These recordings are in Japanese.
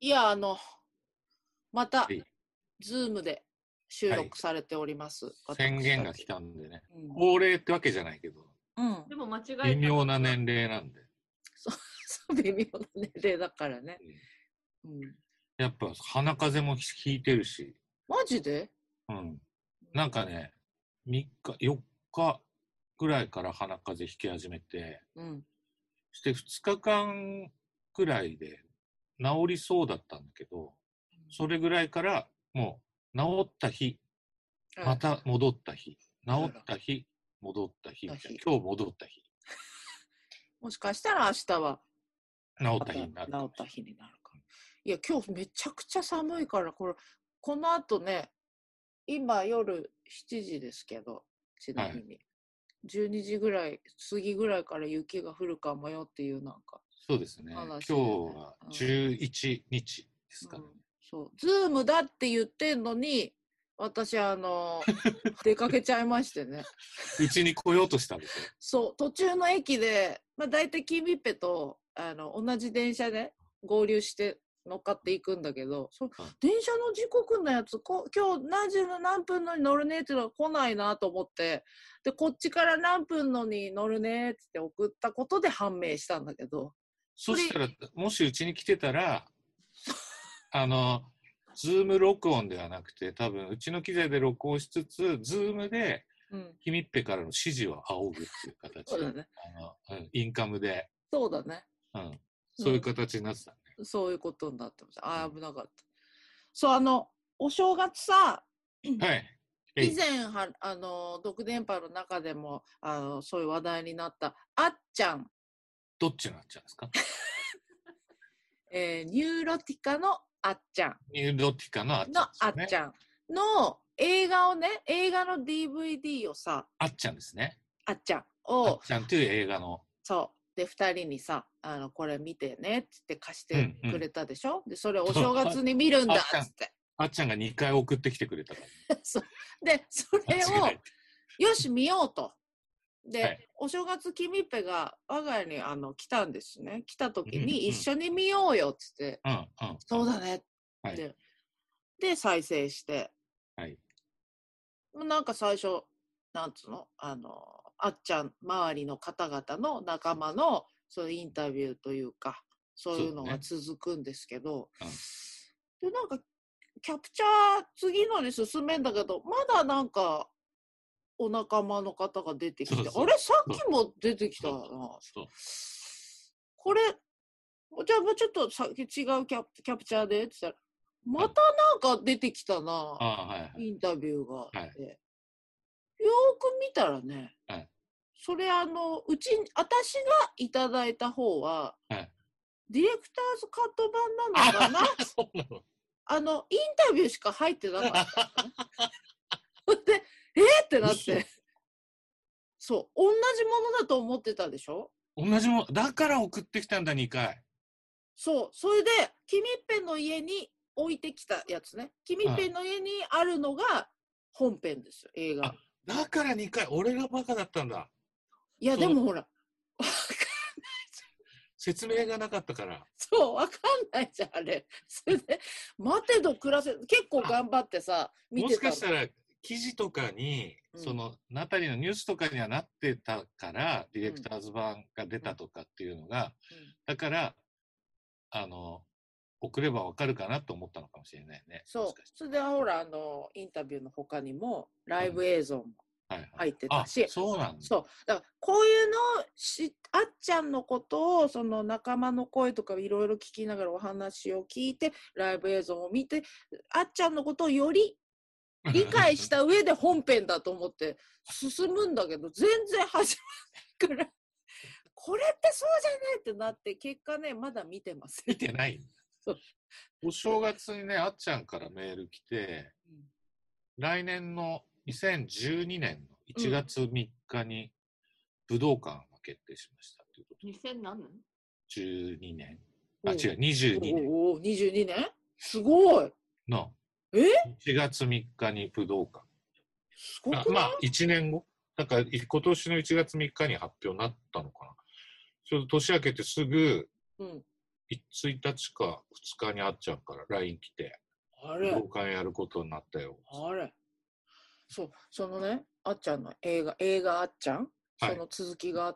いや、また、 はい、 ズームで収録されております。 宣言が来たんでね、 うん、 高齢ってわけじゃないけど、 でも間違えた微妙な年齢なんで。 そう微妙な年齢だからね。うん、 やっぱ鼻風邪もひいてるし、 マジで？ なんかね、3日、4日ぐらいから鼻風邪ひき始めて、そして2日間くらいで治りそうだったんだけど、それぐらいからもう治った日、また戻った日、治った日、戻った日みたいな、今日戻った日。 もしかしたら明日は治った日になる。 治った日になるか。いや、今日めちゃくちゃ寒いから、この後ね、今夜7時ですけど、ちなみに、12時ぐらい過ぎぐらいから雪が降るかもよっていうなんか、 そうですね。今日は11日ですかね。 そう、ズームだって言ってんのに、私出かけちゃいましてね。 うちに来ようとしたんですよ。 そう、途中の駅で、大体キミッペと同じ電車で合流して乗っかっていくんだけど、電車の時刻のやつ今日何時の何分のに乗るねっていうのは来ないなと思って、でこっちから何分のに乗るねって送ったことで判明したんだけど、 そしたらもしうちに来てたらズーム録音ではなくて、多分うちの機材で録音しつつ、ズームでキミッペからの指示を仰ぐっていう形で、ね、インカムで。 そうだね。 そういう形になってたね。 そういうことになってました。危なかった。そう、お正月さ、 はい。 以前独電波の中でもそういう話題になったあっちゃん。 どっちのあっちゃんですか？ ニューロティカのあっちゃん。 ニューロティカのあっちゃん、ね。 あっちゃんの映画をね、映画の DVD をさ、 あっちゃんですね。 あっちゃんを。 あっちゃんという映画の。 そう。で、2人にさ、これ見てねって貸してくれたでしょ、で、それお正月に見るんだっつって。 あっちゃんが2回送ってきてくれたから。 そうで、それを、よし、見ようと。で、お正月キミッペが我が家に来たんですね。来た時に一緒に見ようよっつって、そうだねって、で再生して、なんか最初なんつうのあっちゃん周りの方々の仲間のそういうインタビューというかそういうのが続くんですけど、でなんかキャプチャー次のに進めんだけどまだなんかお仲間の方が出てきて、あれさっきも出てきたな。これじゃあもうちょっとさっき違うキャプチャーでって言ったらまたなんか出てきたな、インタビューがあって、よく見たらね、それ私がいただいた方は、ディレクターズカット版なのかなインタビューしか入ってなかった、ね、でってなって、そう同じものだと思ってたでしょ。 同じものだから送ってきたんだ2回。 そうそれでキミッペの家に置いてきたやつね。キミッペの家にあるのが本編ですよ、映画。 だから2回俺がバカだったんだ。 いやでもほら分かんないじゃん。説明がなかったから。 そう分かんないじゃんあれ。それで待てど暮らせ結構頑張ってさ見てた。もしかしたら記事とかに、そのナタリーのニュースとかにはなってたからディレクターズ版が出たとかっていうのが、だから送ればわかるかなと思ったのかもしれないね。 そう。それでほらインタビューの他にもライブ映像も入ってたし、 そうなんだ。 そう。だからこういうのあっちゃんのことをその仲間の声とかいろいろ聞きながらお話を聞いてライブ映像を見てあっちゃんのことをより理解した上で本編だと思って進むんだけど全然始まらないからこれってそうじゃないってなって結果ねまだ見てません。 見てない。お正月にねあっちゃんからメール来て、来年の2012年の1月3日に武道館が決定しましたということ。 2000何年 ?12 年。違う、22年。 おお、22年すごい。 の1月3日に武道館。 すごくない？ まあ1年後。だから今年の1月3日に発表になったのかな。それ年明けてすぐ 1日か2日にあっちゃうから LINE 来て、同感やることになったよ。 あれ、そう、そのね、あっちゃんの映画あっちゃん、その続きがあって、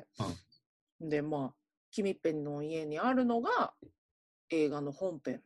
で、まあ、キミッペンの家にあるのが映画の本編。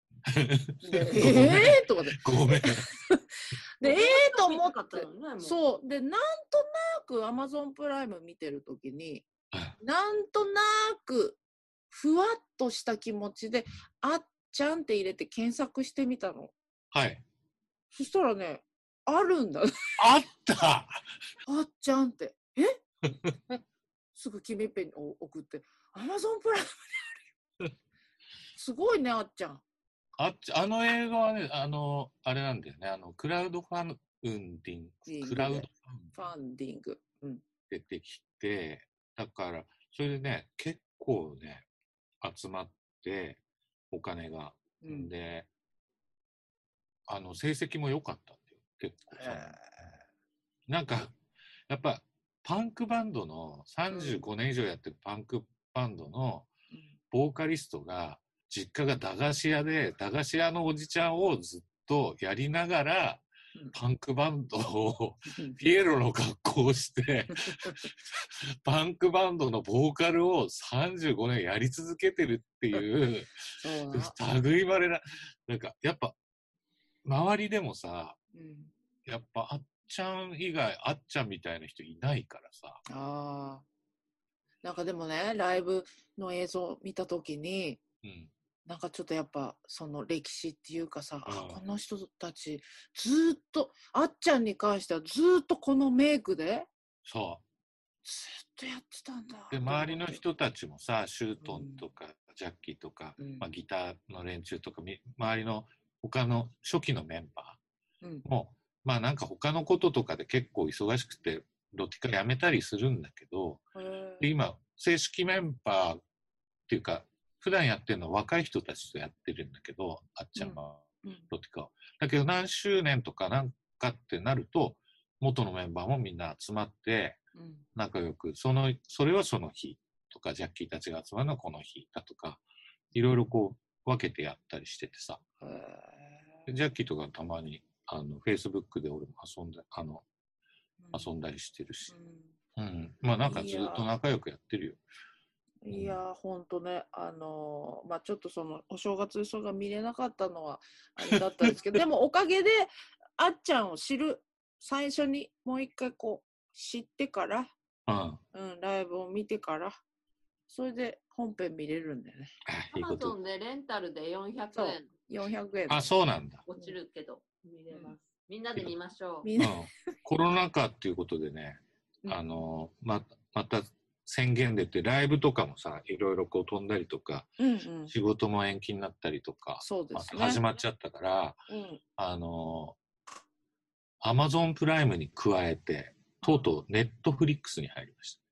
で、とかで。 ごめん。 で、と思って、そう。で、なんとなく Amazon プライム見てるときに、なんとなく、ふわっとした気持ちで、あっちゃんって入れて検索してみたの。 はい。 そしたらね、あるんだ。 あったあっちゃんって。すぐキミッペに送って、Amazon プライムにあるよ。すごいね、あっちゃん。 あの映画はね、あれなんだよね、クラウドファンディング、クラウドファンディング、 出てきて、だから、それでね、結構ね、集まって、お金が。で、成績も良かったんだよ、結構。なんか、やっぱ、パンクバンドの、35年以上やってるパンクバンドの、ボーカリストが、実家が駄菓子屋で、駄菓子屋のおじちゃんをずっとやりながら、パンクバンドを、ピエロの格好をして、パンクバンドのボーカルを35年やり続けてるっていう、類まれな、なんか、やっぱ、周りでもさ、やっぱ、あっちゃん以外、あっちゃんみたいな人いないからさ。 なんかでもね、ライブの映像見たときに、なんかちょっとやっぱその歴史っていうかさ、この人たちずっとあっちゃんに関してはずっとこのメイクでずっとやってたんだ。 で周りの人たちもさ、シュートンとかジャッキーとか、ギターの連中とか周りの他の初期のメンバーも、まあなんか他のこととかで結構忙しくてどっちか辞めたりするんだけど、で今正式メンバーっていうか普段やってるのは若い人たちとやってるんだけど、あっちゃんはどっちか。だけど何周年とかなんかってなると元のメンバーもみんな集まって仲良く、それはその日とか、ジャッキーたちが集まるのはこの日だとか、いろいろこう分けてやったりしててさ。ジャッキーとかたまにFacebook で俺も遊んだりしてるし。まあなんかずっと仲良くやってるよ。 いやほんとね、まあちょっとそのお正月それが見れなかったのはあれだったんですけどでもおかげであっちゃんを知る、最初にもう一回こう知ってから、ライブを見てからそれで本編見れるんだよね。 Amazon でレンタルで400円。 400円。 あ、そうなんだ。 落ちるけど見れます。みんなで見ましょう。 コロナ禍っていうことでね、また宣言出てライブとかもさ、いろいろこう飛んだりとか、仕事も延期になったりとか、始まっちゃったから、Amazon プライムに加えて、とうとう Netflix に入りました。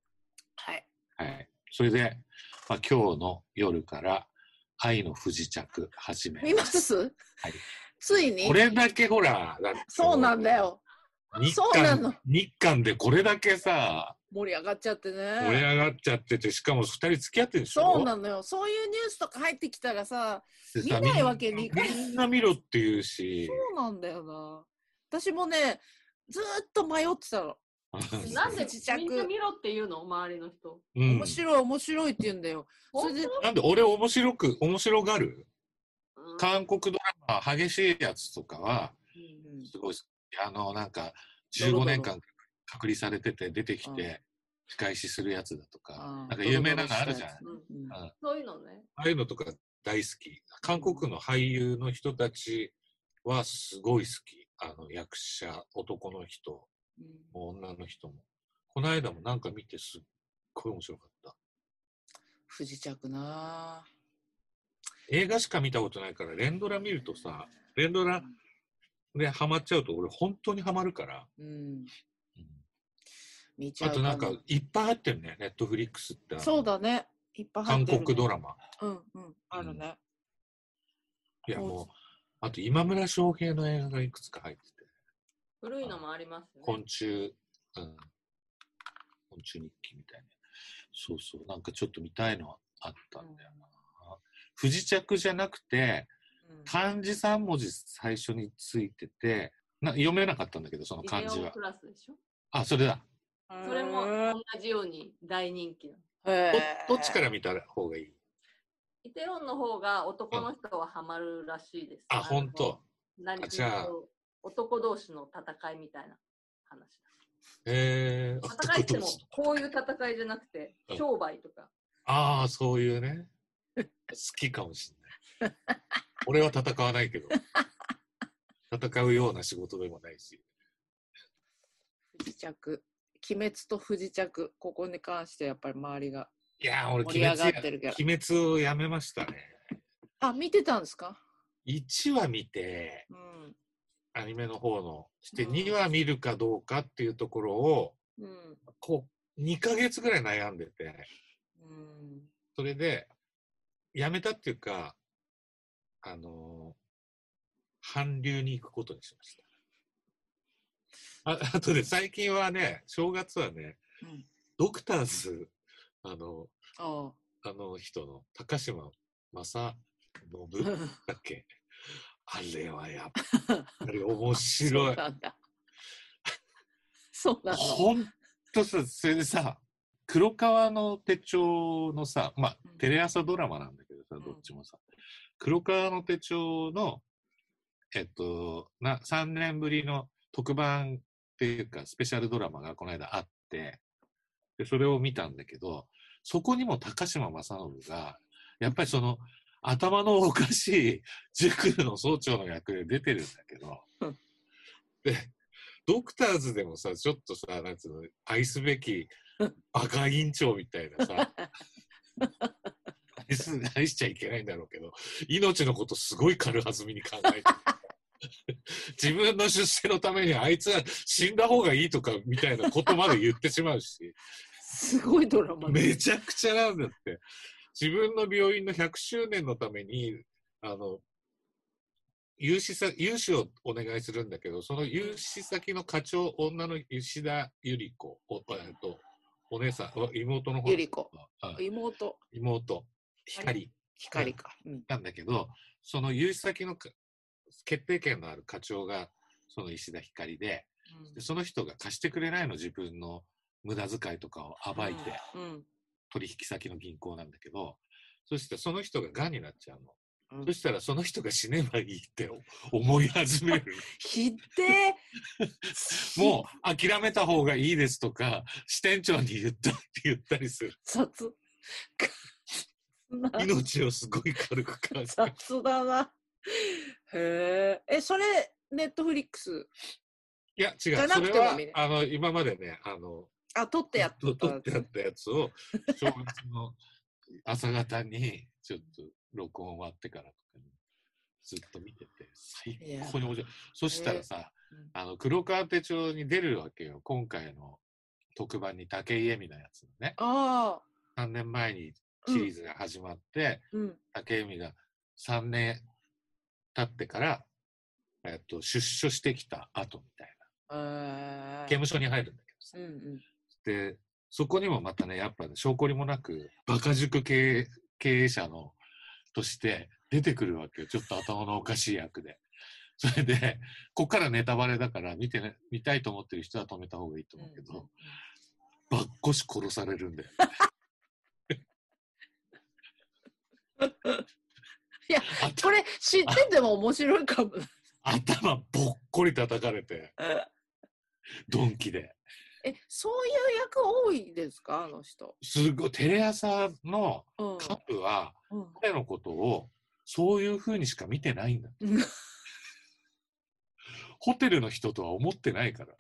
はい。それで、まあ、今日の夜から愛の不時着始めます。 見ます？はい。ついに。 これだけほら、 そうなんだよ。 日韓でこれだけさ、 盛り上がっちゃってね。 盛り上がっちゃってて、しかも2人付き合ってるでしょ。 そうなのよ。そういうニュースとか入ってきたらさ、見ないわけにいかない。 みんな見ろって言うし。 そうなんだよな。私もね、ずっと迷ってたの。 なんでみんな見ろって言うの周りの人。 面白いって言うんだよ。 それでなんで俺面白がる？韓国ドラマ激しいやつとかは、すごいなんか15年間隔離されてて出てきて仕返しするやつだとか、なんか有名なのあるじゃん。 そういうのね。 ああいうのとか大好き。韓国の俳優の人たちはすごい好き。役者、男の人も女の人も。この間もなんか見てすっごい面白かった。 不時着なぁ。 映画しか見たことないから連ドラ見るとさ、連ドラでハマっちゃうと俺本当にハマるから。あとなんかいっぱい入ってるね、ネットフリックスって。 そうだね。いっぱい入ってる、ね。 韓国ドラマ。 あるね。 いやもう、あと今村翔平の映画がいくつか入ってて。 古いのもありますね。 昆虫日記みたいな。そうそう、なんかちょっと見たいのあったんだよな。 不時着じゃなくて、漢字3文字最初についてて、読めなかったんだけど、その漢字は。 クラスでしょ？ あ、それだ。 それも同じように大人気なの。どっちから見た方がいい？ イテオンの方が男の人はハマるらしいです。 あ、本当。 じゃあ男同士の戦いみたいな話だ。戦いってもこういう戦いじゃなくて商売とか。 ああ、そういうね。好きかもしれない。俺は戦わないけど。戦うような仕事でもないし。 不時着。鬼滅と不時着。ここに関してやっぱり周りが。 いや、俺鬼滅をやめましたね。 あ、見てたんですか ？1話見て、アニメの方のして2話見るかどうかっていうところを、こう2ヶ月ぐらい悩んでて、それでやめたっていうか、韓流に行くことにしました。あとで最近はね、正月はね、ドクターズあの人の高島正信だっけあれはやっぱり面白い。 そうなの。 ほんとさ、それでさ、黒川の手帳のさ、まあ、テレ朝ドラマなんだけどさ、どっちもさ、黒川の手帳の、3年ぶりの特番っていうか、スペシャルドラマがこの間あって、で、それを見たんだけど、そこにも高島正信が、やっぱりその、頭のおかしい塾の総長の役で出てるんだけど、で、ドクターズでもさ、ちょっとさ、なんつうの、愛すべきバカ委員長みたいなさ、愛しちゃいけないんだろうけど、命のことすごい軽はずみに考えて自分の出世のためにあいつは死んだ方がいいとかみたいなことまで言ってしまうし、 すごいドラマ。 めちゃくちゃなんだって。自分の病院の100周年のために、融資をお願いするんだけど、その融資先の課長、女の吉田ゆり子、お姉さん、妹の方。 ゆり子。 妹。光か。なんだけど、その融資先の決定権のある課長が、その石田ひかりで、その人が貸してくれないの、自分の無駄遣いとかを暴いて、取引先の銀行なんだけど、そしてその人が癌になっちゃうの。そしたらその人が死ねばいいって思い始める。 ひでえ。もう諦めた方がいいですとか、支店長に言ったりする。 雑。 命をすごい軽く感じる。 雑だな。へえ。それ、ネットフリックス？ いや、違う。それは、今までね、 撮ってやったやつを、正月の朝方に、ちょっと録音終わってからとかに、ずっと見てて、最高に面白い。そしたらさ、黒川手帳に出るわけよ。今回の特番に武井絵美のやつのね。3年前にシリーズが始まって、武井絵美が3年経ってから、出所してきた後みたいな。刑務所に入るんだけどさ。で、そこにもまたね、やっぱ、ね、証拠りもなく、バカ塾経営者として出てくるわけよ。ちょっと頭のおかしい役で。それで、ここからネタバレだから見たいと思ってる人は止めた方がいいと思うけど、ばっこし殺されるんだよ、ね。 いや、これ知ってても面白いかも。 頭ぼっこり叩かれて、ドンキで。 そういう役多いですか、あの人。 すごい、テレ朝の幹部は、彼のことをそういう風にしか見てないんだ。ホテルの人とは思ってないから。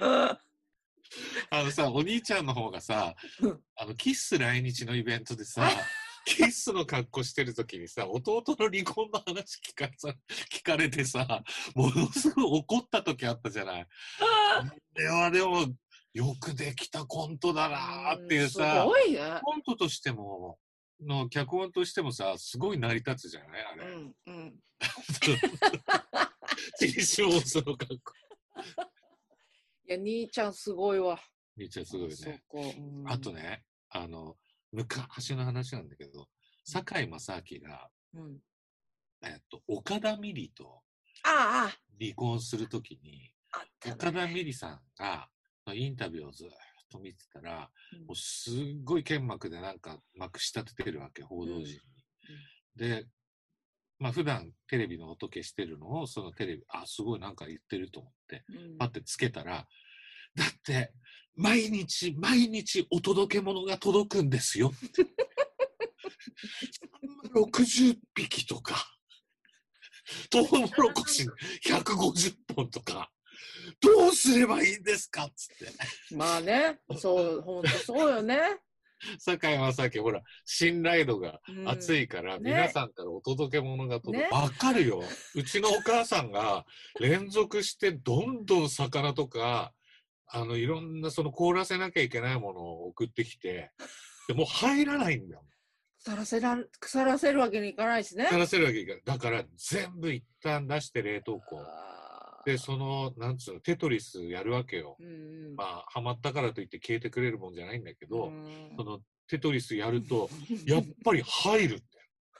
お兄ちゃんの方がさ、キッス来日のイベントでさ、キッスの格好してる時にさ、弟の離婚の話聞かれてさ、ものすごい怒った時あったじゃない。これはでも、よくできたコントだなーっていうさ、 すごいね。 コントとしても、脚本としてもさ、すごい成り立つじゃないあれ。チリシモースの格好。 いや、兄ちゃんすごいわ。 兄ちゃんすごいね。あとね、昔の話なんだけど、堺正章が、 岡田美里と離婚するときに、岡田美里さんがインタビューをずっと見てたら、もうすっごい剣幕でなんかまくし立ててるわけ、報道陣に。で、まあ普段テレビの音消してるのを、そのテレビ、すごいなんか言ってると思って、パッてつけたら、だって、毎日お届け物が届くんですよ。60匹とか、トウモロコシ150本とか、どうすればいいんですかっつって。 まあね、そう、ほんとそうよね。 堺正明、ほら、信頼度が厚いから、皆さんからお届け物が届く。わかるよ。うちのお母さんが連続してどんどん魚とか、いろんな凍らせなきゃいけないものを送ってきて、でもう入らないんだもん。 腐らせるわけにいかないしね。 腐らせるわけにいかない。だから全部一旦出して冷凍庫。で、なんつうの、テトリスやるわけよ。まあ、ハマったからといって消えてくれるもんじゃないんだけど、テトリスやると、やっぱり入るんだよ。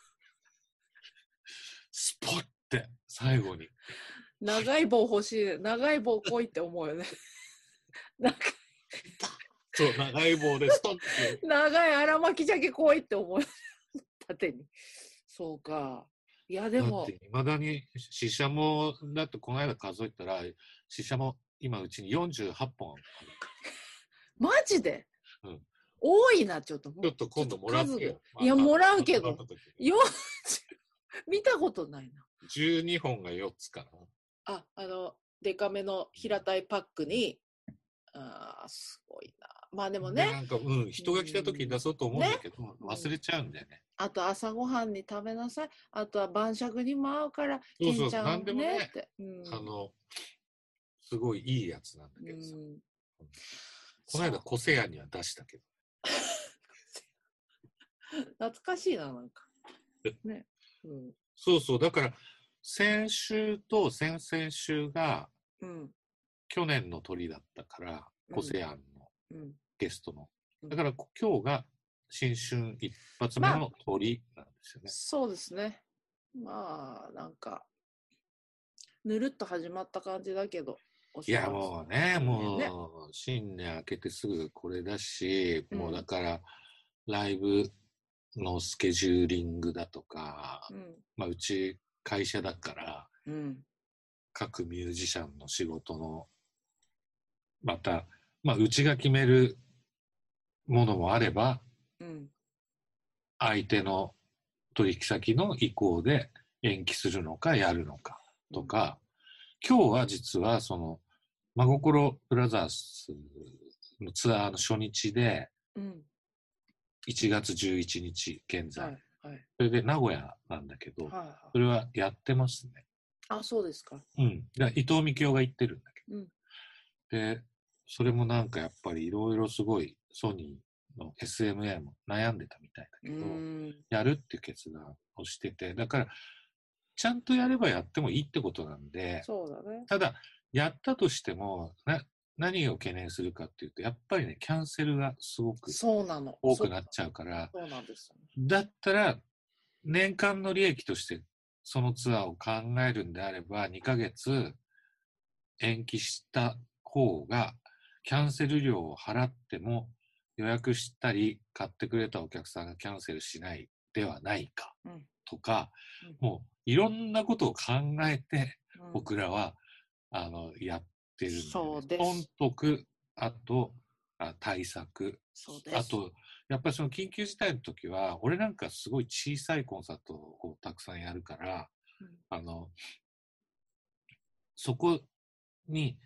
スポッて、最後に。 長い棒欲しい。長い棒来いって思うよね。 そう、長い棒でストッて。 長い荒巻き鮭来いって思う。縦に。そうか。いやでも。 いまだにシシャモだってこの間数えたら、シシャモ今うちに48本ある。 マジで、多いな、ちょっと。 ちょっと今度もらってよ。 いや、もらうけど。見たことないな。 12本が4つかな。 デカめの平たいパックに、すごいな。まあでもね。 なんか、人が来た時に出そうと思うんだけど、忘れちゃうんだよね。 あと朝ごはんに食べなさい。あとは晩酌にも合うから、 ケンちゃんなんでもねって。すごいいいやつなんだけどさ。この間、コセアには出したけど。 懐かしいな、なんか。ね。 そうそう。だから、先週と先々週が、去年の鳥だったから、コセアンのゲストの。だから今日が新春一発目の鳥なんですよね。 そうですね。まあ、なんか、ぬるっと始まった感じだけど。 いや、もうね、もう、新年明けてすぐこれだし、もうだから、ライブのスケジューリングだとか、まあ、うち会社だから、各ミュージシャンの仕事の、また、まあ、うちが決めるものもあれば、相手の取引先の意向で延期するのかやるのかとか、今日は実は真心ブラザーズのツアーの初日で、1月11日現在、それで名古屋なんだけど、それはやってますね。 あ、そうですか。 伊藤美京が言ってるんだけど、でそれもなんかやっぱりいろいろすごいソニーの SMA も悩んでたみたいだけど、やるっていう決断をしてて、だからちゃんとやればやってもいいってことなんで、 そうだね。 ただやったとしても何を懸念するかっていうと、やっぱりね、キャンセルがすごく多くなっちゃうから、 そうなんですよね。 だったら年間の利益としてそのツアーを考えるんであれば、2ヶ月延期した方がキャンセル料を払っても予約したり買ってくれたお客さんがキャンセルしないではないかとか、もういろんなことを考えて僕らはやってるんで、損得、あと対策、あとやっぱりその緊急事態の時は俺なんかすごい小さいコンサートをたくさんやるから、そこに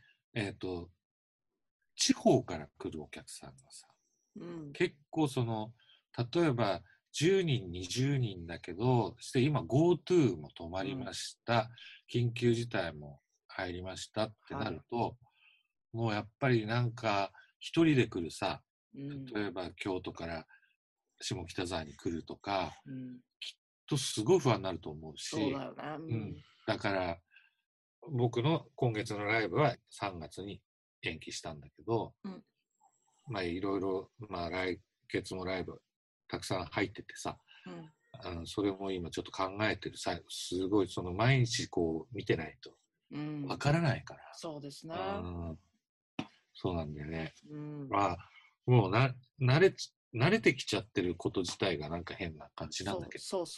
地方から来るお客さんがさ、結構例えば10人20人だけど、そして今 GoTo も止まりました、緊急事態も入りましたってなると、もうやっぱりなんか一人で来るさ、例えば京都から下北沢に来るとか、きっとすごい不安になると思うし、 そうだよね。 だから僕の今月のライブは3月に延期したんだけど、まあいろいろ、まあ来月もライブたくさん入っててさ、 それも今ちょっと考えてる。すごい、毎日こう見てないとわからないから。 そうですね。 そうなんだよね。まあ、もう慣れてきちゃってること自体がなんか変な感じなんだけど。 そう。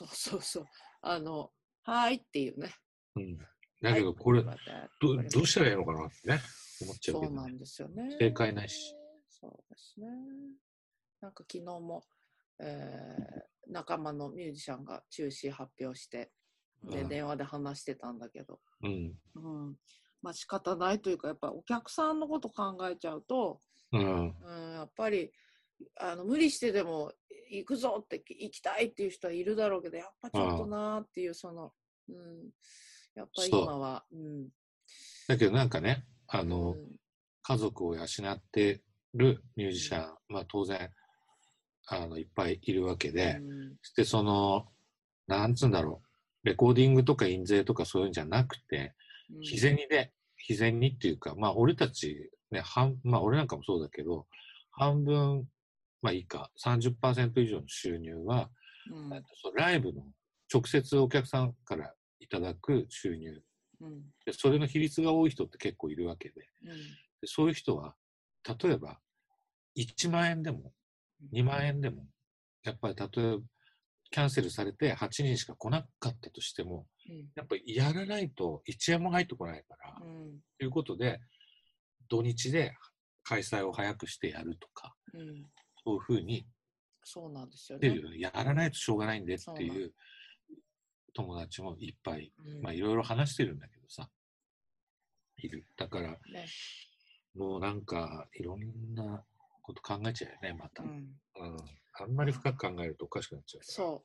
はいっていうね。 だけど、これ、どうしたらいいのかなってね、思っちゃうけど、 そうなんですよね。 正解ないし。 そうですね。なんか昨日も、仲間のミュージシャンが中止発表して、で、電話で話してたんだけど、まあ仕方ないというか、やっぱお客さんのこと考えちゃうと、やっぱり無理してでも行くぞって行きたいっていう人はいるだろうけど、やっぱちょっとなーっていうやっぱり今は、 だけどなんかね、家族を養ってるミュージシャン、まあ当然いっぱいいるわけで、でなんつうんだろう、レコーディングとか印税とかそういうんじゃなくて、日銭にっていうか、まあ俺たちね、まあ俺なんかもそうだけど、半分、まあいいか、30% 以上の収入は、ライブの直接お客さんからいただく収入、でそれの比率が多い人って結構いるわけで、でそういう人は、例えば1万円でも2万円でも、やっぱり例えばキャンセルされて8人しか来なかったとしても、やっぱりやらないと1円も入ってこないから、ということで、土日で開催を早くしてやるとか、そういうふうに、 そうなんですよね。 やらないとしょうがないんでっていう友達もいっぱい、まあいろいろ話してるんだけどさ、いる。だから、もうなんかいろんなこと考えちゃうよね、また。あんまり深く考えるとおかしくなっちゃう。そう。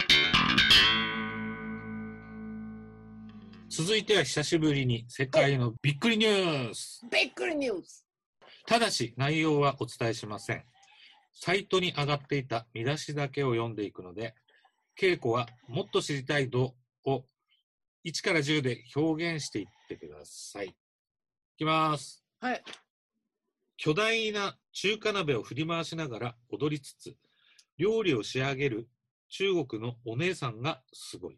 続いては久しぶりに世界のびっくりニュース。 びっくりニュース。 ただし内容はお伝えしません。サイトに上がっていた見出しだけを読んでいくので、稽古はもっと知りたい度を1から10で表現していってください。いきます。 はい。 巨大な中華鍋を振り回しながら踊りつつ、料理を仕上げる中国のお姉さんがすごい。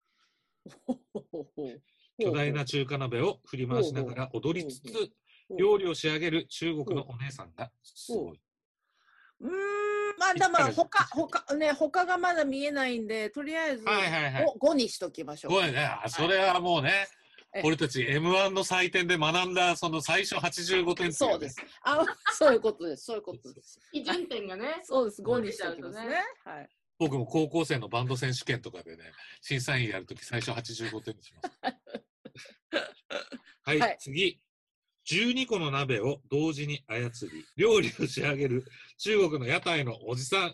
巨大な中華鍋を振り回しながら踊りつつ、料理を仕上げる中国のお姉さんがすごい。 まあでも他がまだ見えないんで、とりあえず 5にしときましょう。 5ね。それはもうね、俺たち M1 の採点で学んだその最初85点。 そうです。そういうことです。そういうことです。 基準点がね。 そうです。5にしときますね。はい。 僕も高校生のバンド選手権とかでね、審査員やるとき最初85点にします。はい、次。12個の鍋を同時に操り、料理を仕上げる中国の屋台のおじさん。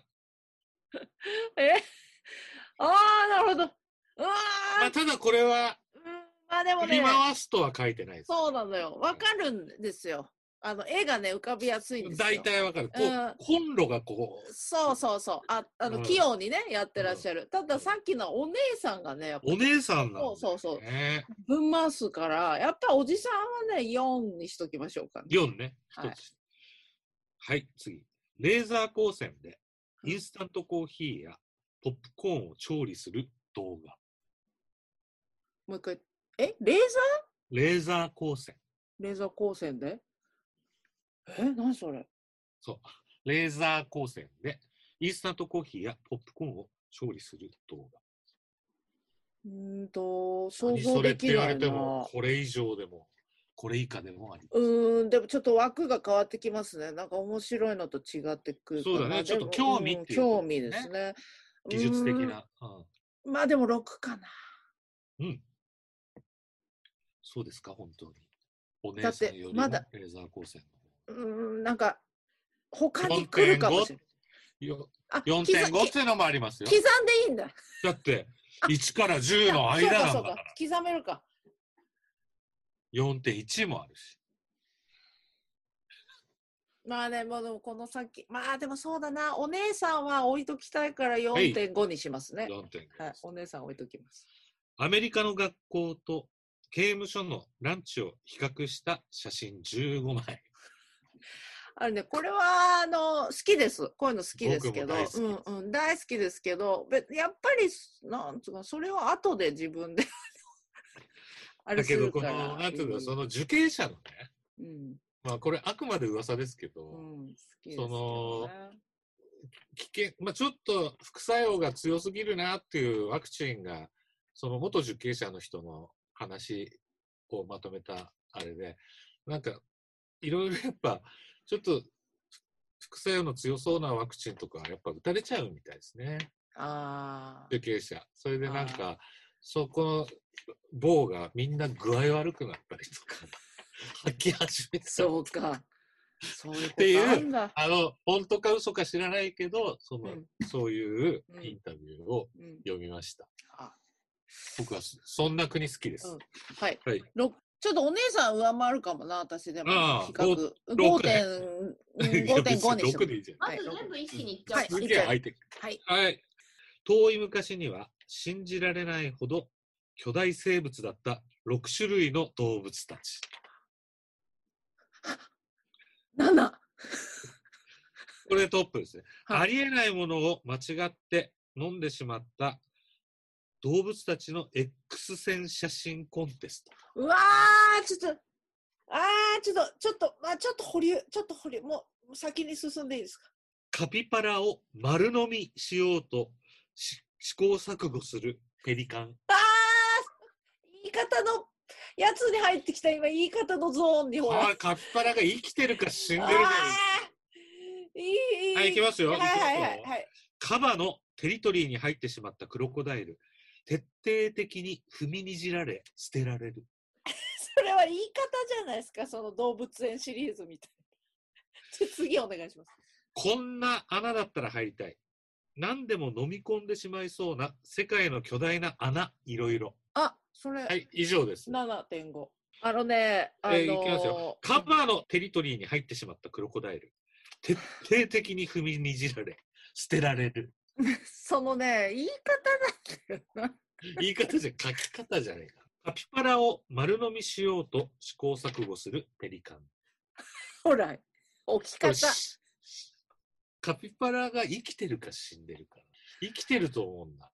なるほど。 まあ、ただこれは、 まあでもね、 振り回すとは書いてないです。 そうなのよ。わかるんですよ。絵がね、浮かびやすいんですよ。 大体わかる。コンロがこう。 そう。器用にね、やってらっしゃる。たださっきのお姉さんがね、 お姉さんなんだ。 そう。分回すから、やっぱおじさんはね、4にしときましょうかね。 4ね。はい、次。レーザー光線で、インスタントコーヒーやポップコーンを調理する動画。 もう一回。レーザー？ レーザー光線。 レーザー光線で？何それ？ そう。レーザー光線で、インスタントコーヒーやポップコーンを調理する動画。 想像できないな。それって言われても、これ以上でも、これ以下でもあります。 でもちょっと枠が変わってきますね。なんか面白いのと違ってくる。 そうだね。ちょっと興味っていう、 興味ですね。 技術的な。 まあでも6かな。 そうですか、本当に。お姉さんよりもレーザー光線の。なんか、他に来るかもしれない。 4.5 っていうのもありますよ。 刻んでいいんだ。 だって、1から10の間なんだから。 刻めるか。 4.1 もあるし。 まあね、もうこの先、まあでもそうだな、お姉さんは置いときたいから 4.5 にしますね。 4.5。 はい、お姉さん置いときます。 アメリカの学校と刑務所のランチを比較した写真15枚。 あれね、これは好きです。こういうの好きですけど、大好きですけど、やっぱりなんつうか、それを後で自分であれするから。だけどこのなんつうか、その受刑者のね、まあこれあくまで噂ですけど、その危険、まあちょっと副作用が強すぎるなっていうワクチンが、その元受刑者の人の話をまとめたあれで、なんかいろいろやっぱちょっと副作用の強そうなワクチンとかやっぱ打たれちゃうみたいですね。受刑者。それでなんかそこの棒がみんな具合悪くなったりとか吐き始めてた。 そうか。そういうっていう本当か嘘か知らないけどそういうインタビューを読みました。僕はそんな国好きです。 はい。ちょっとお姉さん上回るかもな、私でも。比較。5.5 にしてまず全部一気にいっちゃう。 すげえ空いてる。はい。遠い昔には信じられないほど巨大生物だった6種類の動物たち。 7。 これトップですね。ありえないものを間違って飲んでしまった動物たちの X 線写真コンテスト。 うわー、ちょっと保留、もう先に進んでいいですか。 カピバラを丸飲みしようと試行錯誤するペリカン。 言い方のやつに入ってきた、今言い方のゾーンにほら。 カピバラが生きてるか死んでるか。はい、いきますよ。カバのテリトリーに入ってしまったクロコダイル。徹底的に踏みにじられ捨てられる。 それは言い方じゃないですか、その動物園シリーズみたいな。次お願いします。 こんな穴だったら入りたい。何でも飲み込んでしまいそうな世界の巨大な穴、いろいろ。 それ。 はい、以上です。 7.5。いきますよ。カバのテリトリーに入ってしまったクロコダイル。徹底的に踏みにじられ捨てられる。 そのね、言い方なんだよな。 言い方じゃ書き方じゃねえか。カピバラを丸飲みしようと試行錯誤するペリカン。 ほら、置き方。 カピバラが生きてるか死んでるか。生きてると思うんだ。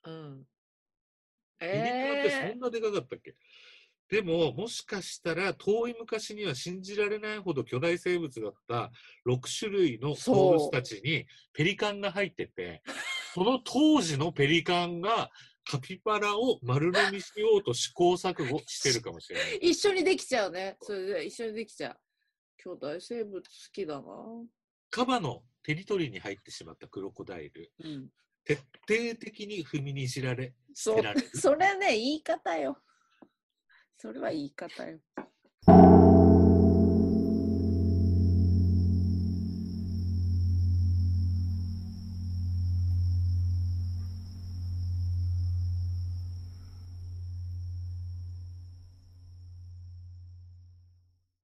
ペリカンってそんなでかかったっけ？でも、もしかしたら遠い昔には信じられないほど巨大生物だった6種類の動物たちにペリカンが入ってて、その当時のペリカンがカピバラを丸飲みしようと試行錯誤してるかもしれない。 一緒にできちゃうね。それで一緒にできちゃう。巨大生物好きだな。 カバのテリトリーに入ってしまったクロコダイル。徹底的に踏みにじられ捨てられる。 それね、言い方よ。それは言い方よ。